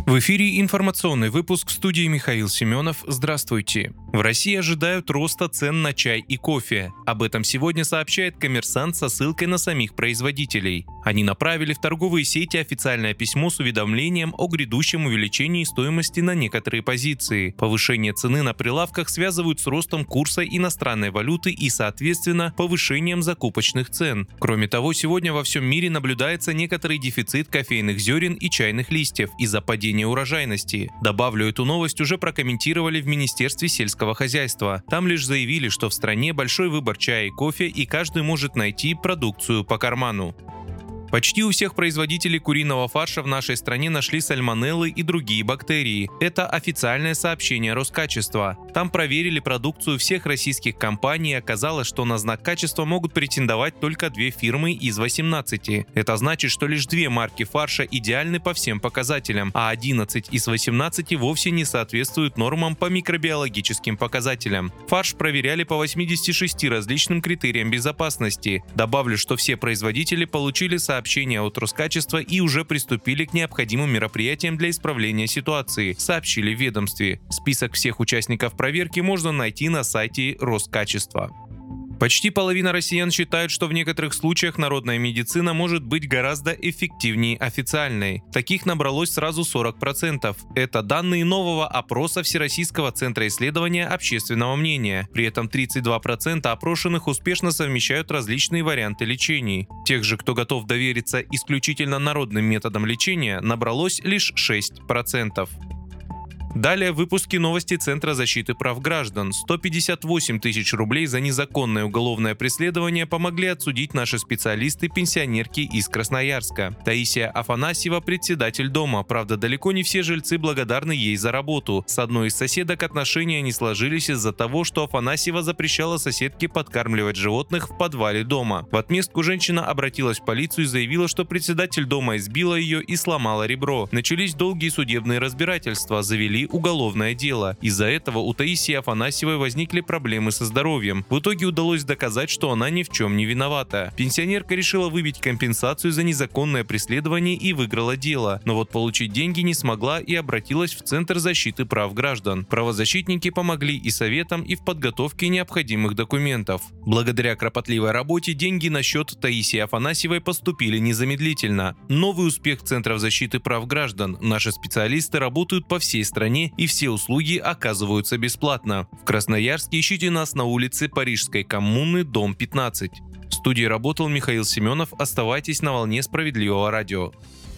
В эфире информационный выпуск, в студии Михаил Семенов. Здравствуйте. В России ожидают роста цен на чай и кофе. Об этом сегодня сообщает «Коммерсант» со ссылкой на самих производителей. Они направили в торговые сети официальное письмо с уведомлением о грядущем увеличении стоимости на некоторые позиции. Повышение цены на прилавках связывают с ростом курса иностранной валюты и, соответственно, повышением закупочных цен. Кроме того, сегодня во всем мире наблюдается некоторый дефицит кофейных зерен и чайных листьев из-за падения урожайности. Добавлю, эту новость уже прокомментировали в Министерстве сельского хозяйства. Там лишь заявили, что в стране большой выбор чая и кофе, и каждый может найти продукцию по карману. Почти у всех производителей куриного фарша в нашей стране нашли сальмонеллы и другие бактерии. Это официальное сообщение Роскачества. Там проверили продукцию всех российских компаний, и оказалось, что на знак качества могут претендовать только 2 фирмы из 18. Это значит, что лишь 2 марки фарша идеальны по всем показателям, а 11 из 18 вовсе не соответствуют нормам по микробиологическим показателям. Фарш проверяли по 86 различным критериям безопасности. Добавлю, что все производители получили сообщение от Роскачества и уже приступили к необходимым мероприятиям для исправления ситуации, сообщили в ведомстве. Список всех участников проверки можно найти на сайте Роскачества. Почти половина россиян считают, что в некоторых случаях народная медицина может быть гораздо эффективнее официальной. Таких набралось сразу 40%. Это данные нового опроса Всероссийского центра исследования общественного мнения. При этом 32% опрошенных успешно совмещают различные варианты лечений. Тех же, кто готов довериться исключительно народным методам лечения, набралось лишь 6%. Далее в выпуске новости Центра защиты прав граждан. 158 тысяч рублей за незаконное уголовное преследование помогли отсудить наши специалисты-пенсионерки из Красноярска. Таисия Афанасьева – председатель дома. Правда, далеко не все жильцы благодарны ей за работу. С одной из соседок отношения не сложились из-за того, что Афанасьева запрещала соседке подкармливать животных в подвале дома. В отместку женщина обратилась в полицию и заявила, что председатель дома избила ее и сломала ребро. Начались долгие судебные разбирательства, завели уголовное дело. Из-за этого у Таисии Афанасьевой возникли проблемы со здоровьем. В итоге удалось доказать, что она ни в чем не виновата. Пенсионерка решила выбить компенсацию за незаконное преследование и выиграла дело. Но вот получить деньги не смогла и обратилась в Центр защиты прав граждан. Правозащитники помогли и советам, и в подготовке необходимых документов. Благодаря кропотливой работе деньги на счет Таисии Афанасьевой поступили незамедлительно. Новый успех Центров защиты прав граждан. Наши специалисты работают по всей стране, и все услуги оказываются бесплатно. В Красноярске ищите нас на улице Парижской коммуны, дом 15. В студии работал Михаил Семенов. Оставайтесь на волне справедливого радио.